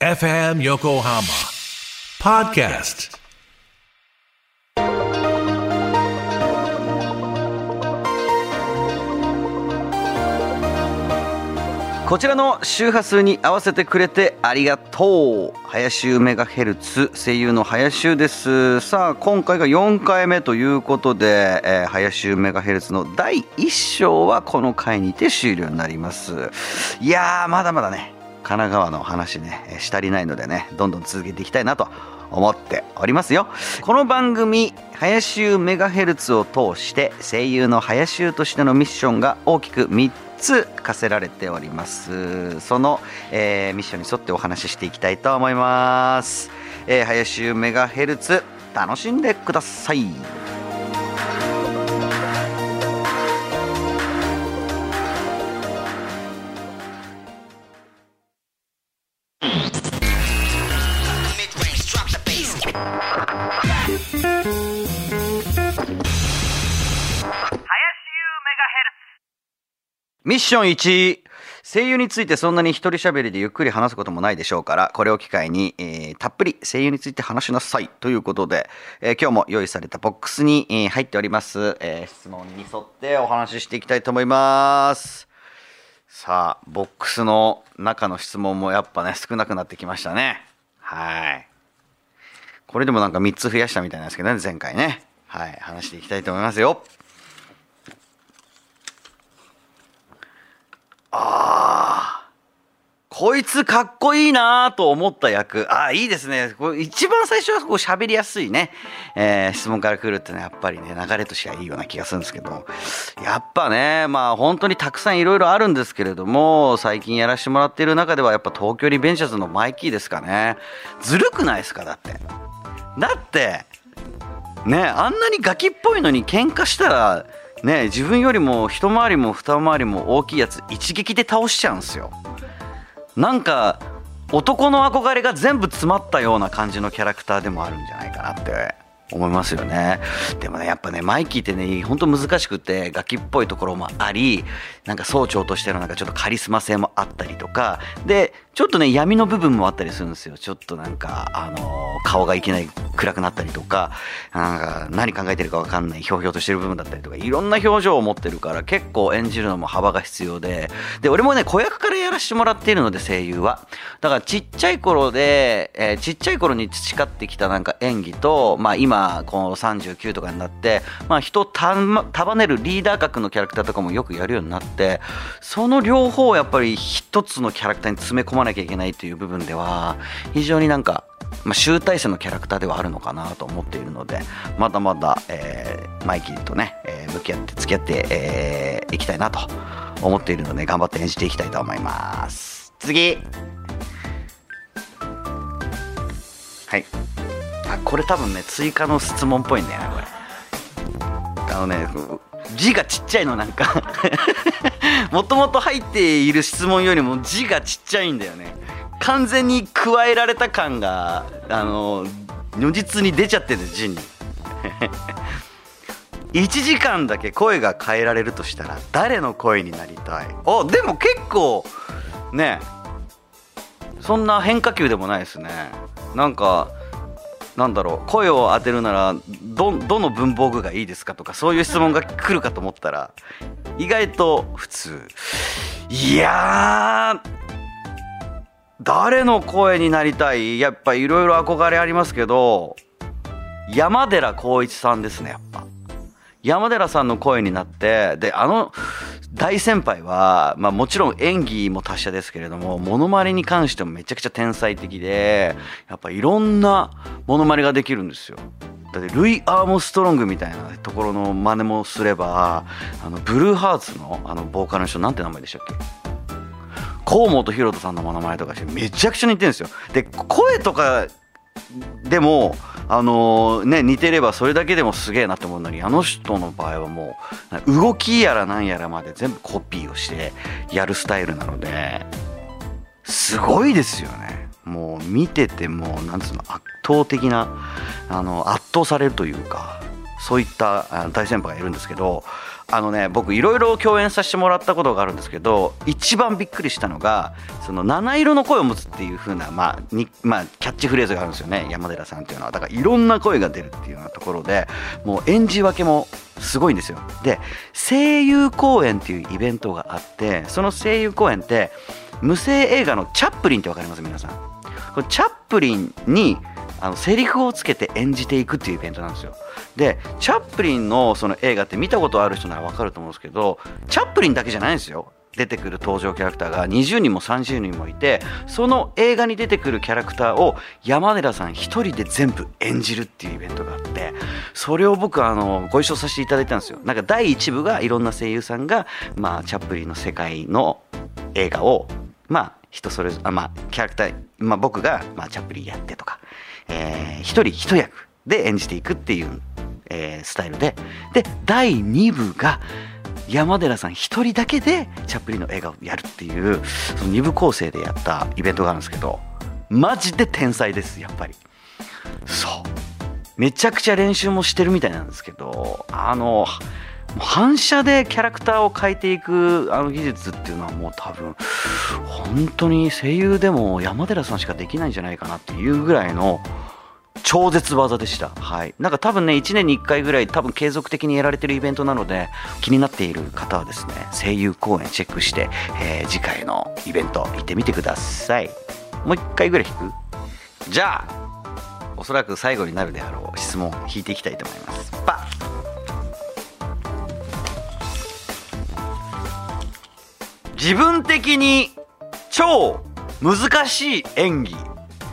FM Yokohama Podcast。 こちらの周波数に合わせてくれてありがとう。林周メガヘルツ声優の林周です。さあ今回が4回目ということで、林周メガヘルツの第1章はこの回にて終了になります。いやーまだまだね神奈川の話ねし足りないのでねどんどん続けていきたいなと思っておりますよ。この番組林周メガヘルツを通して声優の林周としてのミッションが大きく3つ課せられております。その、ミッションに沿ってお話ししていきたいと思います。林周メガヘルツ楽しんでください。ミッション1、声優についてそんなに一人喋りでゆっくり話すこともないでしょうから、これを機会に、たっぷり声優について話しなさいということで、今日も用意されたボックスに、入っております、質問に沿ってお話ししていきたいと思います。さあボックスの中の質問もやっぱね少なくなってきましたね。はい、これでもなんか3つ増やしたみたいなんですけどね前回ね。はい、話していきたいと思いますよ。こいつかっこいいなと思った役、いいですね。これ一番最初はこう喋りやすいね、質問から来るってのはやっぱりね流れとしてはいいような気がするんですけど、やっぱねまあ本当にたくさんいろいろあるんですけれども、最近やらせてもらっている中ではやっぱ東京リベンジャーズのマイキーですかね。ずるくないですか。だってねあんなにガキっぽいのに喧嘩したらね自分よりも一回りも二回りも大きいやつ一撃で倒しちゃうんですよ。なんか男の憧れが全部詰まったような感じのキャラクターでもあるんじゃないかなって思いますよね。でもねやっぱねマイキーってね本当難しくてガキっぽいところもあり、なんか総長としてのなんかちょっとカリスマ性もあったりとかで、ちょっとね闇の部分もあったりするんですよ。ちょっとなんか顔がいきなり暗くなったりとか、なんか何考えてるか分かんないひょうひょうとしてる部分だったりとか、いろんな表情を持ってるから結構演じるのも幅が必要で、俺もね子役からやらせてもらっているので声優はだからちっちゃい頃に培ってきたなんか演技と、今この39とかになって、人を束ねるリーダー格のキャラクターとかもよくやるようになって、その両方をやっぱり一つのキャラクターに詰め込まなきゃいけないという部分では非常になんか集大成のキャラクターではあるのかなと思っているので、まだまだ、マイキーとね、向き合って付き合って、いきたいなと思っているので頑張って演じていきたいと思います。次、はい、これ多分ね追加の質問っぽいんだよねこれ。字がちっちゃいのなんかもともと入っている質問よりも字がちっちゃいんだよね。完全に加えられた感が如実に出ちゃってる字に1時間だけ声が変えられるとしたら誰の声になりたい。でも結構ねそんな変化球でもないですね。なんだろう、声を当てるならどの文房具がいいですかとかそういう質問が来るかと思ったら意外と普通。いやー誰の声になりたい。やっぱいろいろ憧れありますけど山寺宏一さんですね。やっぱ山寺さんの声になって、で大先輩は、もちろん演技も達者ですけれどもモノマネに関してもめちゃくちゃ天才的で、やっぱいろんなモノマネができるんですよ。だってルイ・アームストロングみたいなところの真似もすれば、ブルーハーツのボーカルの人なんて名前でしたっけ、河本大翔さんのモノマネとかしてめちゃくちゃ似てるんですよ。で声とかでも似てればそれだけでもすげえなって思うのに、あの人の場合はもう動きやらなんやらまで全部コピーをしてやるスタイルなのですごいですよね。もう見ててもなんつうの圧倒的な圧倒されるというか、そういった大先輩がいるんですけど、 僕いろいろ共演させてもらったことがあるんですけど、一番びっくりしたのがその七色の声を持つっていう風な、キャッチフレーズがあるんですよね、山寺さんっていうのは。だからいろんな声が出るっていうようなところで、もう演じ分けもすごいんですよ。で、声優公演っていうイベントがあって、その声優公演って無声映画のチャップリンってわかります皆さん？これチャップリンにセリフをつけて演じていくっていうイベントなんですよ。で、チャップリンのその映画って見たことある人なら分かると思うんですけど、チャップリンだけじゃないんですよ。出てくる登場キャラクターが20人も30人もいて、その映画に出てくるキャラクターを山寺さん一人で全部演じるっていうイベントがあって、それを僕ご一緒させていただいたんですよ。なんか第1部がいろんな声優さんが、チャップリンの世界の映画を人それぞれキャラクター、僕がチャップリンやってとか、一人一役で演じていくっていう、スタイルで、第2部が山寺さん一人だけでチャップリンの映画をやるっていう、その2部構成でやったイベントがあるんですけど、マジで天才です。やっぱりめちゃくちゃ練習もしてるみたいなんですけど、反射でキャラクターを変えていく技術っていうのはもう多分本当に声優でも山寺さんしかできないんじゃないかなっていうぐらいの超絶技でした。はい。なんか多分ね、1年に1回ぐらい多分継続的にやられてるイベントなので、気になっている方はですね、声優公演チェックして、次回のイベント行ってみてください。もう1回ぐらい引く？じゃあおそらく最後になるであろう質問を引いていきたいと思います。自分的に超難しい演技。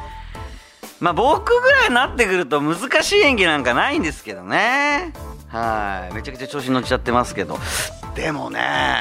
僕ぐらいになってくると難しい演技なんかないんですけどね。はい、めちゃくちゃ調子に乗っちゃってますけど、でもね、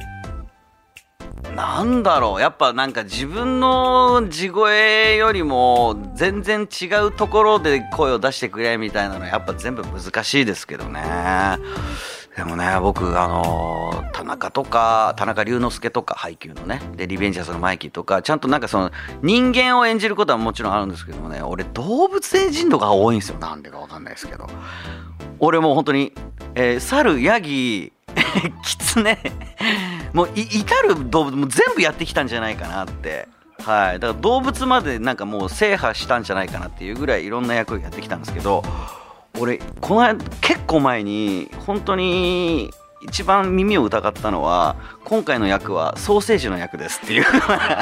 なんだろう、やっぱなんか自分の地声よりも全然違うところで声を出してくれみたいなのはやっぱ全部難しいですけどね。でもね、僕田中龍之介とか、配給のね、でリベンジャーズのマイキーとか、ちゃんとなんかその人間を演じることはもちろんあるんですけどもね、俺動物演じるのが多いんですよ。なんでかわかんないですけど、俺もう本当に、猿、ヤギキツネもう至る動物も全部やってきたんじゃないかなって。はい、だから動物までなんかもう制覇したんじゃないかなっていうぐらいいろんな役をやってきたんですけど、俺この間結構前に本当に一番耳を疑ったのは、今回の役はソーセージの役ですっていう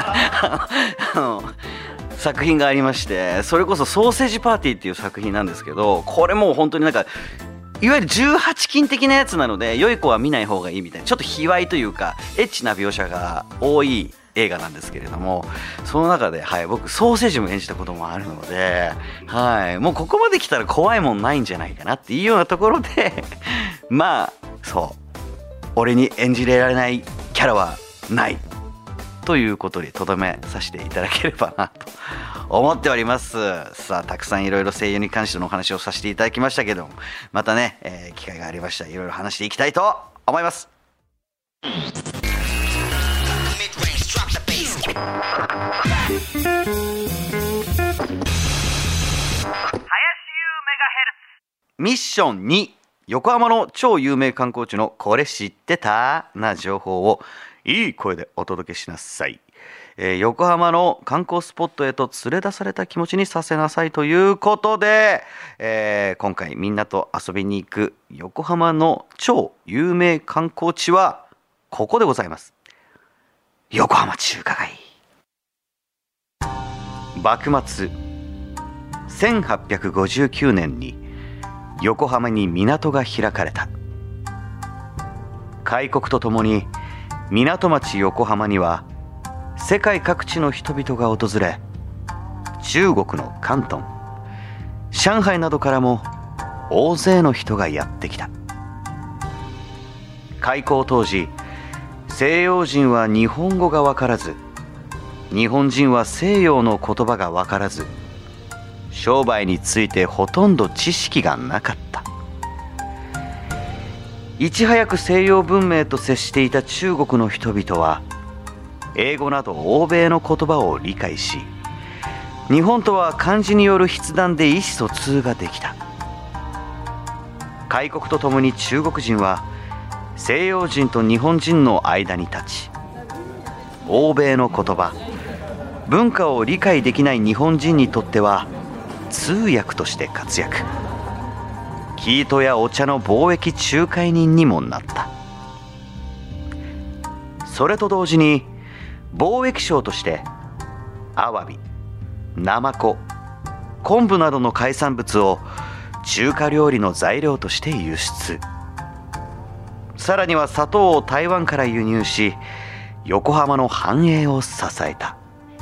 作品がありまして、それこそソーセージパーティーっていう作品なんですけど、これもう本当になんかいわゆる18禁的なやつなので、良い子は見ない方がいいみたいな、ちょっと卑猥というかエッチな描写が多い映画なんですけれども、その中で、僕ソーセージも演じたこともあるので、もうここまで来たら怖いもんないんじゃないかなっていうようなところで俺に演じられないキャラはないということでとどめさせていただければなと思っております。さあ、たくさんいろいろ声優に関してのお話をさせていただきましたけども、またね、機会がありましたらいろいろ話していきたいと思います。ミッション2、横浜の超有名観光地のこれ知ってたな情報をいい声でお届けしなさい。横浜の観光スポットへと連れ出された気持ちにさせなさいということで、今回みんなと遊びに行く横浜の超有名観光地はここでございます。横浜中華街。幕末1859年に横浜に港が開かれた。開国とともに港町横浜には世界各地の人々が訪れ、中国の広東、上海などからも大勢の人がやってきた。開港当時、西洋人は日本語が分からず、日本人は西洋の言葉が分からず、商売についてほとんど知識がなかった。いち早く西洋文明と接していた中国の人々は英語など欧米の言葉を理解し、日本とは漢字による筆談で意思疎通ができた。開国とともに中国人は西洋人と日本人の間に立ち、欧米の言葉、文化を理解できない日本人にとっては通訳として活躍。生糸やお茶の貿易仲介人にもなった。それと同時に貿易商としてアワビ、ナマコ、昆布などの海産物を中華料理の材料として輸出。さらには砂糖を台湾から輸入し、横浜の繁栄を支えた。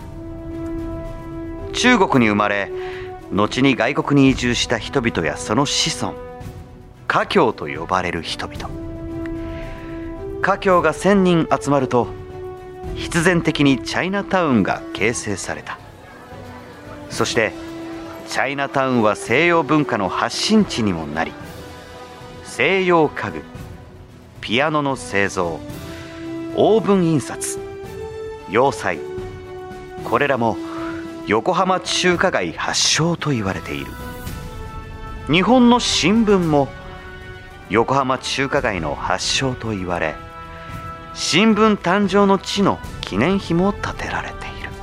中国に生まれ、後に外国に移住した人々やその子孫、華僑と呼ばれる人々。華僑が1000人集まると、必然的にチャイナタウンが形成された。そしてチャイナタウンは西洋文化の発信地にもなり、西洋家具、ピアノの製造、オーブン印刷、洋裁、これらも横浜中華街発祥と言われている。日本の新聞も横浜中華街の発祥と言われ、新聞誕生の地の記念碑も建てられている。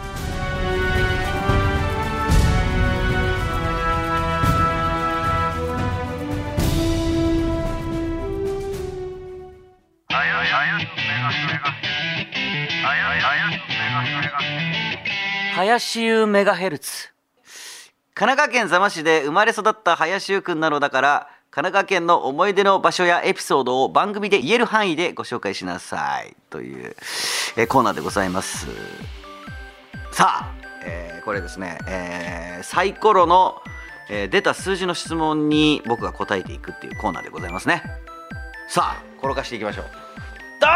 林湯メガヘルツ。神奈川県座間市で生まれ育った林湯くんなのだから、神奈川県の思い出の場所やエピソードを番組で言える範囲でご紹介しなさいという、コーナーでございます。さあ、これですね、サイコロの、出た数字の質問に僕が答えていくっていうコーナーでございますね。さあ、転がしていきましょう。ドーン。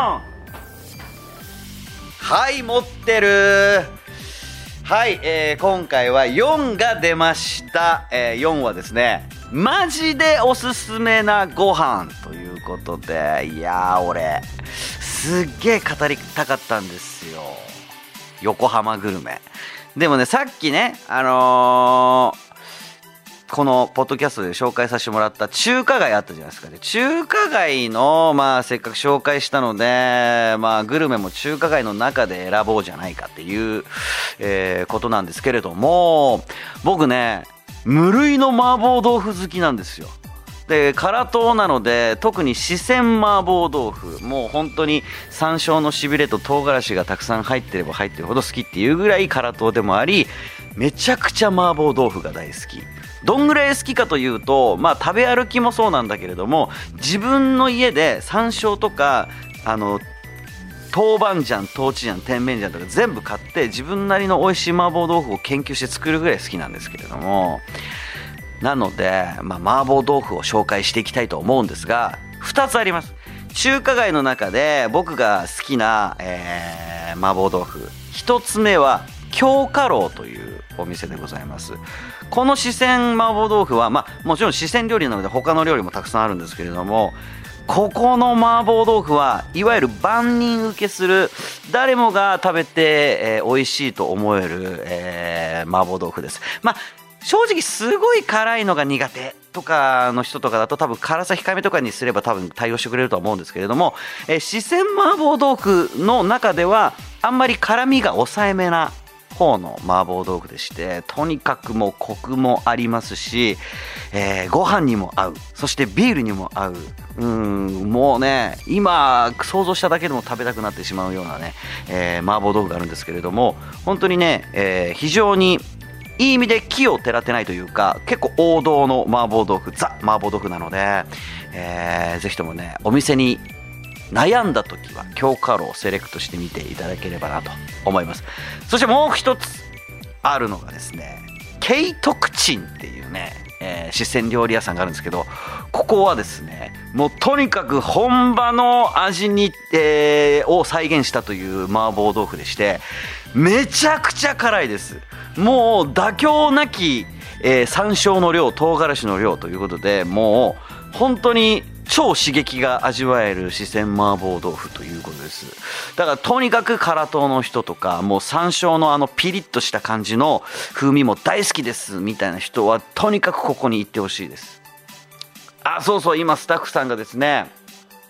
はい、持ってる。はい、今回は4が出ました。4はですね、マジでおすすめなご飯ということで、いやー、俺すっげー語りたかったんですよ、横浜グルメ。でもね、さっきね、このポッドキャストで紹介させてもらった中華街あったじゃないですか。で、中華街の、せっかく紹介したので、グルメも中華街の中で選ぼうじゃないかっていう、ことなんですけれども、僕ね、無類の麻婆豆腐好きなんですよ。で、辛党なので、特に四川麻婆豆腐、もう本当に山椒のしびれと唐辛子がたくさん入ってれば入ってるほど好きっていうぐらい辛党でもあり、めちゃくちゃ麻婆豆腐が大好き。どんぐらい好きかというと、食べ歩きもそうなんだけれども、自分の家で山椒とか豆板醤、豆醤、甜麺醤とか全部買って自分なりの美味しい麻婆豆腐を研究して作るぐらい好きなんですけれども、なので、麻婆豆腐を紹介していきたいと思うんですが、2つあります。中華街の中で僕が好きな、麻婆豆腐、1つ目は京華楼というお店でございます。この四川麻婆豆腐は、もちろん四川料理なので他の料理もたくさんあるんですけれども、ここの麻婆豆腐はいわゆる万人受けする、誰もが食べて、美味しいと思える、麻婆豆腐です。正直すごい辛いのが苦手とかの人とかだと、多分辛さ控えめとかにすれば多分対応してくれると思うんですけれども、四川麻婆豆腐の中ではあんまり辛みが抑えめな方の麻婆豆腐でして、とにかくもうコクもありますし、ご飯にも合う、そしてビールにも合う。もうね、今想像しただけでも食べたくなってしまうようなね、麻婆豆腐があるんですけれども、本当にね、非常にいい意味で奇をてらってないというか、結構王道の麻婆豆腐、ザ麻婆豆腐なので、ぜひともね、お店に悩んだ時は京華楼をセレクトしてみていただければなと思います。そしてもう一つあるのがですね、慶徳鎮っていうね、四川料理屋さんがあるんですけど、ここはですね、もうとにかく本場の味に、を再現したという麻婆豆腐でして、めちゃくちゃ辛いです。もう妥協なき、山椒の量、唐辛子の量ということで、もう本当に超刺激が味わえる四川麻婆豆腐ということです。だからとにかく辛党の人とか、もう山椒のピリッとした感じの風味も大好きですみたいな人は、とにかくここに行ってほしいです。そうそう、今スタッフさんがですね、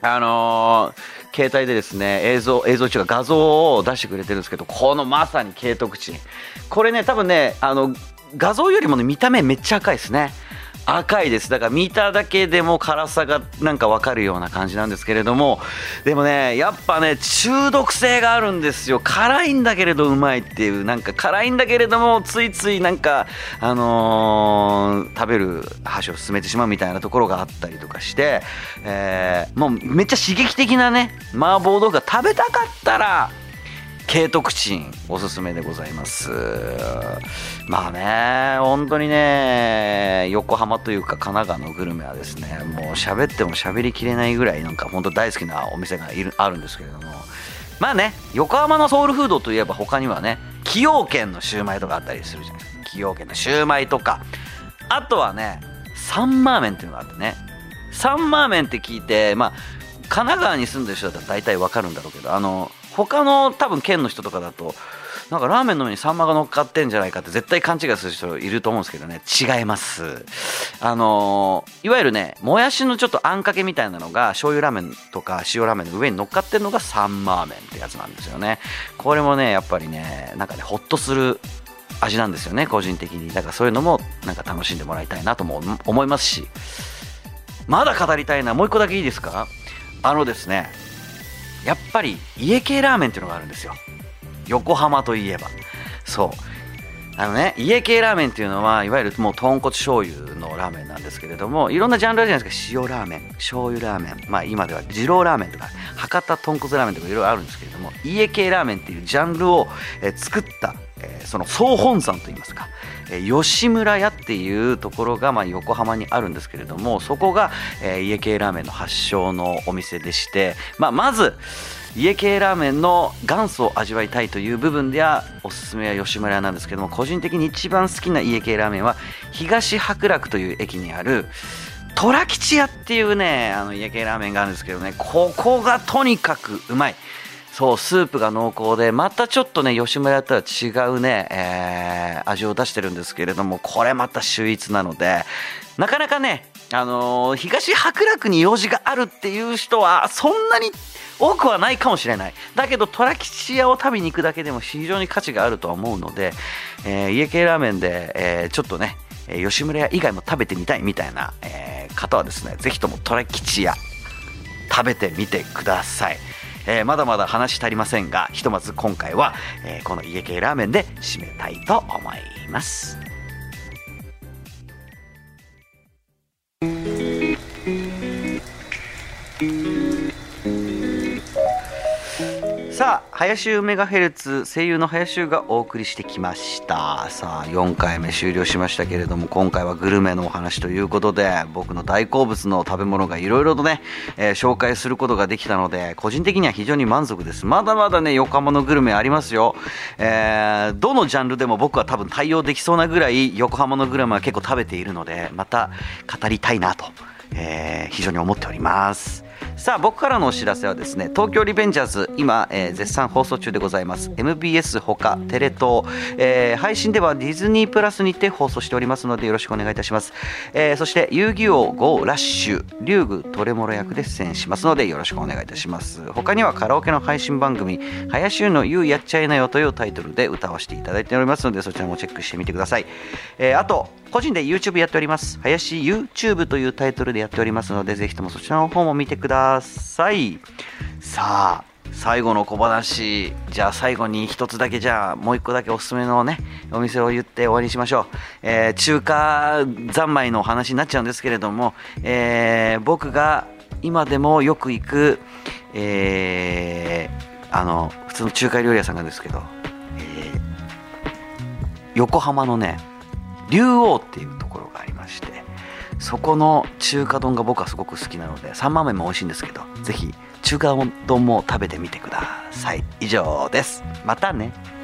携帯でですね映像っていうか画像を出してくれてるんですけど、このまさに慶徳鎮、これね多分ね画像よりもね見た目めっちゃ赤いですね。赤いです。だから見ただけでも辛さがなんか分かるような感じなんですけれども、でもねやっぱね中毒性があるんですよ。辛いんだけれどうまいっていう、なんか辛いんだけれどもついついなんか食べる箸を進めてしまうみたいなところがあったりとかして、もうめっちゃ刺激的なね麻婆豆腐が食べたかったら慶徳鎮おすすめでございます。まあね本当にね横浜というか神奈川のグルメはですね、もう喋っても喋りきれないぐらいなんか本当大好きなお店があるんですけれども、まあね横浜のソウルフードといえば他にはね崎陽軒のシウマイとかあったりするじゃないですか。崎陽軒のシウマイとか、あとはねサンマーメンっていうのがあってね、サンマーメンって聞いてまあ神奈川に住んでる人だったら大体わかるんだろうけど、他の多分県の人とかだとなんかラーメンの上にサンマが乗っかってんじゃないかって絶対勘違いする人いると思うんですけどね、違います。いわゆるねもやしのちょっとあんかけみたいなのが醤油ラーメンとか塩ラーメンの上に乗っかってるのがサンマーメンってやつなんですよね。これもねやっぱりねなんかねホッとする味なんですよね個人的に。だからそういうのもなんか楽しんでもらいたいなとも思いますし、まだ語りたいなもう一個だけいいですか。ですねやっぱり家系ラーメンっていうのがあるんですよ横浜といえば。そう家系ラーメンっていうのはいわゆるもう豚骨醤油のラーメンなんですけれども、いろんなジャンルあるじゃないですか。塩ラーメン、醤油ラーメン、まあ今では二郎ラーメンとか博多豚骨ラーメンとかいろいろあるんですけれども、家系ラーメンっていうジャンルを作ったその総本山といいますか吉村屋っていうところがまあ横浜にあるんですけれども、そこが家系ラーメンの発祥のお店でして、まず家系ラーメンの元祖を味わいたいという部分ではおすすめは吉村屋なんですけども、個人的に一番好きな家系ラーメンは東白楽という駅にある虎吉屋っていうね家系ラーメンがあるんですけどね、ここがとにかくうまい。そうスープが濃厚でまたちょっとね吉村屋とは違うね、味を出してるんですけれども、これまた秀逸なのでなかなかね東白楽に用事があるっていう人はそんなに多くはないかもしれない。だけど虎吉屋を食べに行くだけでも非常に価値があるとは思うので、家系ラーメンで、ちょっとね吉村屋以外も食べてみたいみたいな、方はですねぜひとも虎吉屋食べてみてください。まだまだ話足りませんが、ひとまず今回は、この家系ラーメンで締めたいと思います。さあ林メガヘルツ声優の林がお送りしてきました。さあ4回目終了しましたけれども、今回はグルメのお話ということで僕の大好物の食べ物がいろいろとね、紹介することができたので個人的には非常に満足です。まだまだね横浜のグルメありますよ。どのジャンルでも僕は多分対応できそうなぐらい横浜のグルメは結構食べているので、また語りたいなと、非常に思っております。さあ僕からのお知らせはですね、東京リベンジャーズ今、絶賛放送中でございます。 MBS ほかテレ東、配信ではディズニープラスにて放送しておりますのでよろしくお願いいたします。そして遊戯王 GO ラッシュ竜宮トレモロ役で出演しますのでよろしくお願いいたします。他にはカラオケの配信番組林優のゆうやっちゃいなよというタイトルで歌わせていただいておりますのでそちらもチェックしてみてください。あと個人で YouTube やっております。林 YouTube というタイトルでやっておりますのでぜひともそちらの方も見てください。さあ最後の小話、じゃあ最後に一つだけじゃあもう一個だけおすすめのねお店を言って終わりにしましょう。中華三昧の話になっちゃうんですけれども、僕が今でもよく行く、普通の中華料理屋さんなんですけど、横浜のね竜王っていうところがありまして、そこの中華丼が僕はすごく好きなのでサンマーメンも美味しいんですけどぜひ中華丼も食べてみてください。以上です。またね。